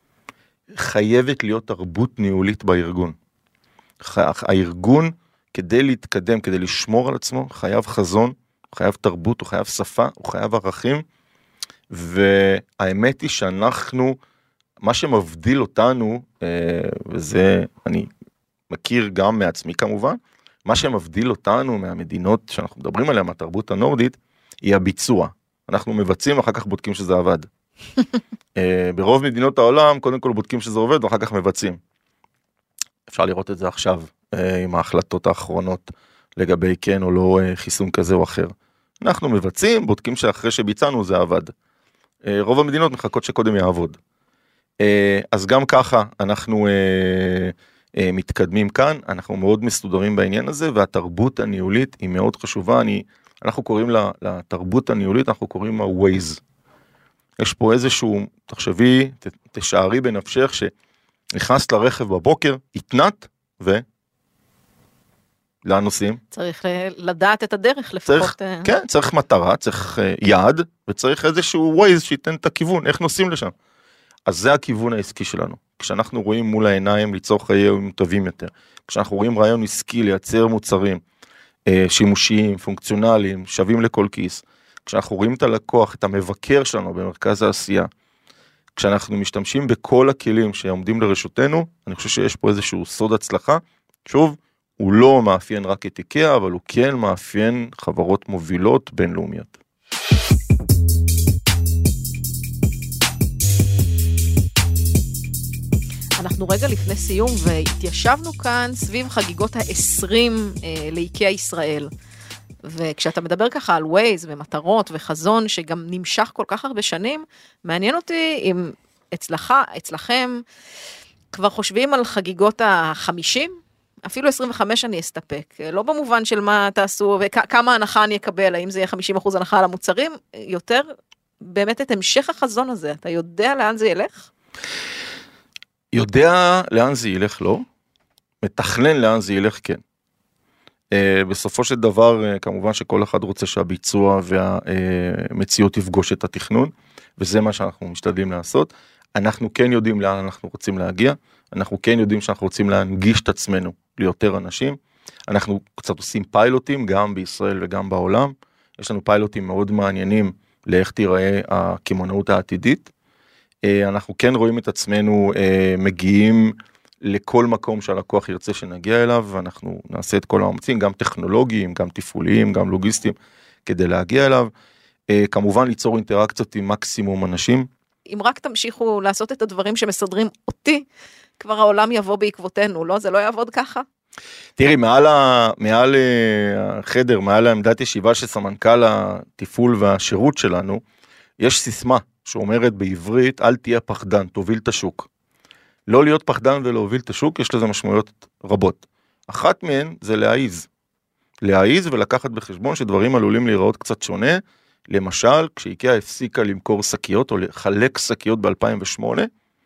חייבת להיות תרבות ניהולית בארגון. הארגון, כדי להתקדם, כדי לשמור על עצמו, חייב חזון, הוא חייב תרבות, הוא חייב שפה, הוא חייב ערכים, והאמת היא שאנחנו, מה שמבדיל אותנו, וזה אני מכיר גם מעצמי כמובן, מה שמבדיל אותנו מהמדינות שאנחנו מדברים עליהן, התרבות הנורדית, היא הביצוע. אנחנו מבצעים, אחר כך בודקים שזה עבד. ברוב מדינות העולם, קודם כל בודקים שזה עובד, ואחר כך מבצעים. אפשר לראות את זה עכשיו, עם ההחלטות האחרונות, לגבי כן או לא חיסון כזה או אחר. אנחנו מבצעים, בודקים שאחרי שביצענו זה עבד. רוב המדינות מחכות שקודם יעבוד. אז גם ככה אנחנו מתקדמים כאן, אנחנו מאוד מסודרים בעניין הזה, והתרבות הניהולית היא מאוד חשובה. אני, אנחנו קוראים לה, לתרבות הניהולית, אנחנו קוראים לה ווייז. יש פה איזשהו, תחשבי, תשערי בנפשך, שנכנסת לרכב בבוקר, התנת, ו... לאן נוסעים? צריך לדעת את הדרך לפחות. צריך, כן, צריך מטרה, צריך יעד, וצריך איזשהו ווייז שייתן את הכיוון, איך נוסעים לשם. אז זה הכיוון העסקי שלנו. כשאנחנו רואים מול העיניים ליצור חיי טובים יותר, כשאנחנו רואים רעיון עסקי לייצר מוצרים שימושיים, פונקציונליים, שווים לכל כיס, כשאנחנו רואים את הלקוח, את המבקר שלנו במרכז העשייה, כשאנחנו משתמשים בכל הכלים שעומדים לרשותנו, אני חושב שיש פה איזשהו סוד הצלחה. שוב, הוא לא מאפיין רק את איקאה, אבל הוא כן מאפיין חברות מובילות בינלאומיות. אנחנו רגע לפני סיום, והתיישבנו כאן סביב חגיגות ה-עשרים אה, לאיקאה ישראל. וכשאתה מדבר ככה על ווייז ומטרות וחזון, שגם נמשך כל כך הרבה שנים, מעניין אותי אם אצלך, אצלכם, כבר חושבים על חגיגות ה-חמישים, אפילו עשרים וחמש אני אסתפק, לא במובן של מה תעשו, וכמה הנחה אני אקבל, האם זה יהיה חמישים אחוז הנחה על המוצרים, יותר באמת את המשך החזון הזה, אתה יודע לאן זה ילך? יודע לאן זה ילך, לא. מתכנן לאן זה ילך, כן. בסופו של דבר, כמובן שכל אחד רוצה שהביצוע והמציאות יפגוש את התכנון, וזה מה שאנחנו משתדלים לעשות. אנחנו כן יודעים לאן אנחנו רוצים להגיע, אנחנו כן יודעים שאנחנו רוצים להנגיש את עצמנו ליותר אנשים, אנחנו קצת עושים פיילוטים גם בישראל וגם בעולם, יש לנו פיילוטים מאוד מעניינים לאיך תיראה הקמעונאות העתידית, אנחנו כן רואים את עצמנו מגיעים לכל מקום שהלקוח ירצה שנגיע אליו, ואנחנו נעשה את כל המאמצים, גם טכנולוגיים, גם תפעוליים, גם לוגיסטיים, כדי להגיע אליו, כמובן ליצור אינטראקציות עם מקסימום אנשים. אם רק תמשיכו לעשות את הדברים שמסדרים אותי, כבר העולם יבוא בעקבותינו, לא? זה לא יעבוד ככה? תראי, מעל, ה, מעל החדר, מעל העמדת ישיבה של סמנכ"ל התפעול והשירות שלנו, יש סיסמה שאומרת בעברית, אל תהיה פחדן, תוביל את השוק. לא להיות פחדן ולהוביל את השוק, יש לזה משמעויות רבות. אחת מהן זה להעיז. להעיז ולקחת בחשבון שדברים עלולים להיראות קצת שונה, למשל, כשאיקאה הפסיקה למכור שקיות או לחלק שקיות ב-אלפיים ושמונה,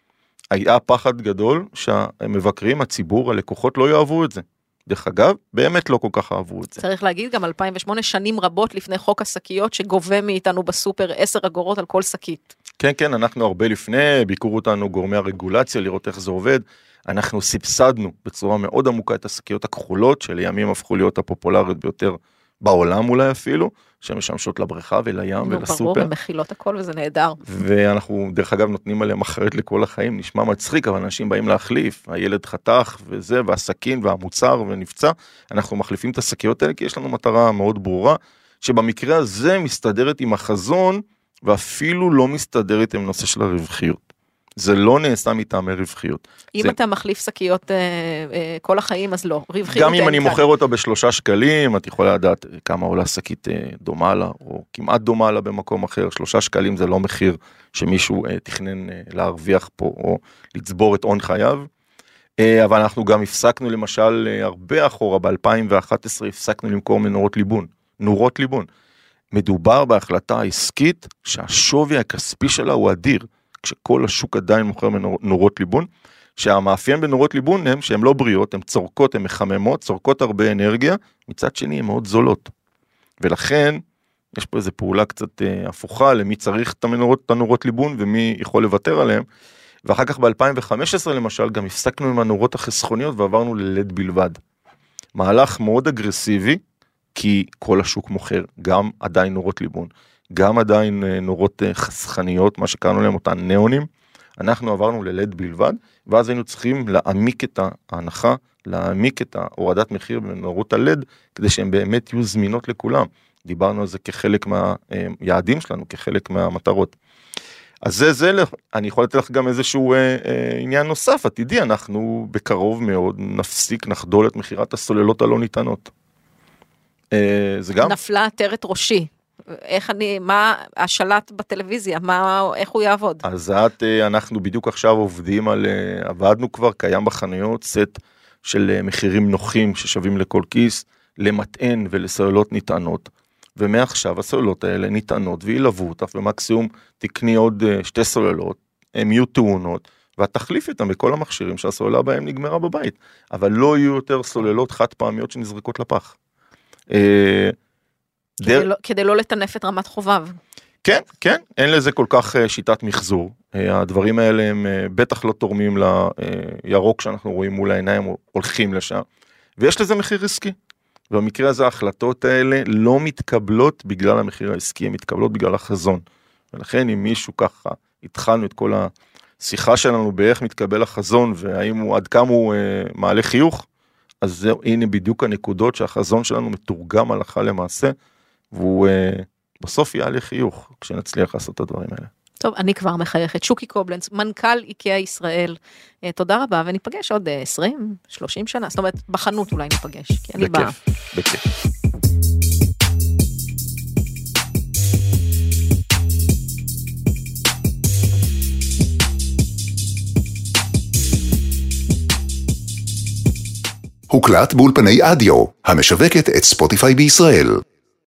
היה פחד גדול שהמבקרים, הציבור, הלקוחות לא יאהבו את זה. דרך אגב, באמת לא כל כך אהבו את זה. צריך להגיד גם אלפיים ושמונה שנים רבות לפני חוק השקיות שגובה מאיתנו בסופר עשר אגורות על כל שקית. כן, כן, אנחנו הרבה לפני, ביקרו אותנו גורמי הרגולציה לראות איך זה עובד. אנחנו סבסדנו בצורה מאוד עמוקה את השקיות הכחולות, שלימים הפכו להיות הפופולריות ביותר בעולם אולי אפילו, שמשמשות לבריכה ולים ולסופר. ברור, ומכילות הכל וזה נהדר. ואנחנו דרך אגב נותנים עליהם אחרת לכל החיים, נשמע מצחיק, אבל אנשים באים להחליף, הילד חתך וזה, והסכין והמוצר ונפצע, אנחנו מחליפים את השקיות האלה, כי יש לנו מטרה מאוד ברורה, שבמקרה הזה מסתדרת עם החזון, ואפילו לא מסתדרת עם נושא של הרווחיות. זה לא נעשה מטעמי רווחיות. אם זה... אתה מחליף שקיות אה, אה, כל החיים, אז לא. רווחיות גם אם אני כאן. מוכר אותה בשלושה שקלים, את יכולה לדעת כמה עולה שקית אה, דומה לה, או כמעט דומה לה במקום אחר. שלושה שקלים זה לא מחיר שמישהו אה, תכנן אה, להרוויח פה, או לצבור את עון חייו. אה, אבל אנחנו גם הפסקנו למשל אה, הרבה אחורה, ב-אלפיים ואחת עשרה הפסקנו למכור מנורות ליבון. נורות ליבון. מדובר בהחלטה העסקית שהשווי הכספי שלה הוא אדיר. כשכל השוק עדיין מוכר מנורות ליבון, שהמאפיין בנורות ליבון הם שהן לא בריאות, הן צורכות, הן מחממות, צורכות הרבה אנרגיה, מצד שני הן מאוד זולות. ולכן, יש פה איזו פעולה קצת אה, הפוכה, למי צריך את המנורות, את הנורות ליבון, ומי יכול לוותר עליהן, ואחר כך ב-אלפיים וחמש עשרה למשל, גם הפסקנו עם הנורות החסכוניות, ועברנו ללד בלבד. מהלך מאוד אגרסיבי, כי כל השוק מוכר, גם עדיין נורות ליבון, גם עדיין נורות חסכניות, מה שקראנו להם אותן ניאונים, אנחנו עברנו ללד בלבד, ואז היינו צריכים להעמיק את ההנחה, להעמיק את ההורדת מחיר בנורות הלד, כדי שהן באמת יהיו זמינות לכולם. דיברנו על זה כחלק מהיעדים שלנו, כחלק מהמטרות. אז זה, זה, אני יכול לתת לך גם איזשהו אה, אה, עניין נוסף, עתידי, אנחנו בקרוב מאוד נפסיק, נחדול את מחירת הסוללות הלא ניתנות. אה, זה גם... נפלה עטרת ראשי. איך אני, מה השלט בטלוויזיה, מה, איך הוא יעבוד? אז את, אנחנו בדיוק עכשיו עובדים על, עבדנו כבר, קיים בחנויות, סט של מחירים נוחים ששווים לכל כיס, למטען ולסוללות נטענות, ומעכשיו הסוללות האלה נטענות וילוו אותך, ומקסימום תקני עוד שתי סוללות, הן יהיו תאונות, ואת תחליף איתם בכל המכשירים שהסוללה בהם נגמרה בבית, אבל לא יהיו יותר סוללות חד פעמיות שנזרקות לפח. כדי, דר... לא, כדי לא לטנף את רמת חובב. כן, כן, אין לזה כל כך שיטת מחזור. הדברים האלה הם בטח לא תורמים לירוק שאנחנו רואים מול העיניים, הולכים לשם, ויש לזה מחיר עסקי. במקרה הזה ההחלטות האלה לא מתקבלות בגלל המחיר העסקי, הן מתקבלות בגלל החזון. ולכן אם מישהו ככה, התחלנו את כל השיחה שלנו באיך מתקבל החזון, והאם הוא, עד כמה הוא מעלה חיוך, אז זה, הנה בדיוק הנקודות שהחזון שלנו מתורגם הלכה למעשה, והוא uh, בסוף יעלה חיוך, כשנצליח לעשות את הדברים האלה. טוב, אני כבר מחייכת. שוקי קובלנץ, מנכ"ל איקאה ישראל, uh, תודה רבה, וניפגש עוד uh, עשרים שלושים שנה, זאת אומרת, בחנות אולי ניפגש, כי אני באה. בכיף, בכיף. הוקלט באולפני אדיו, המשווקת את ספוטיפיי בישראל.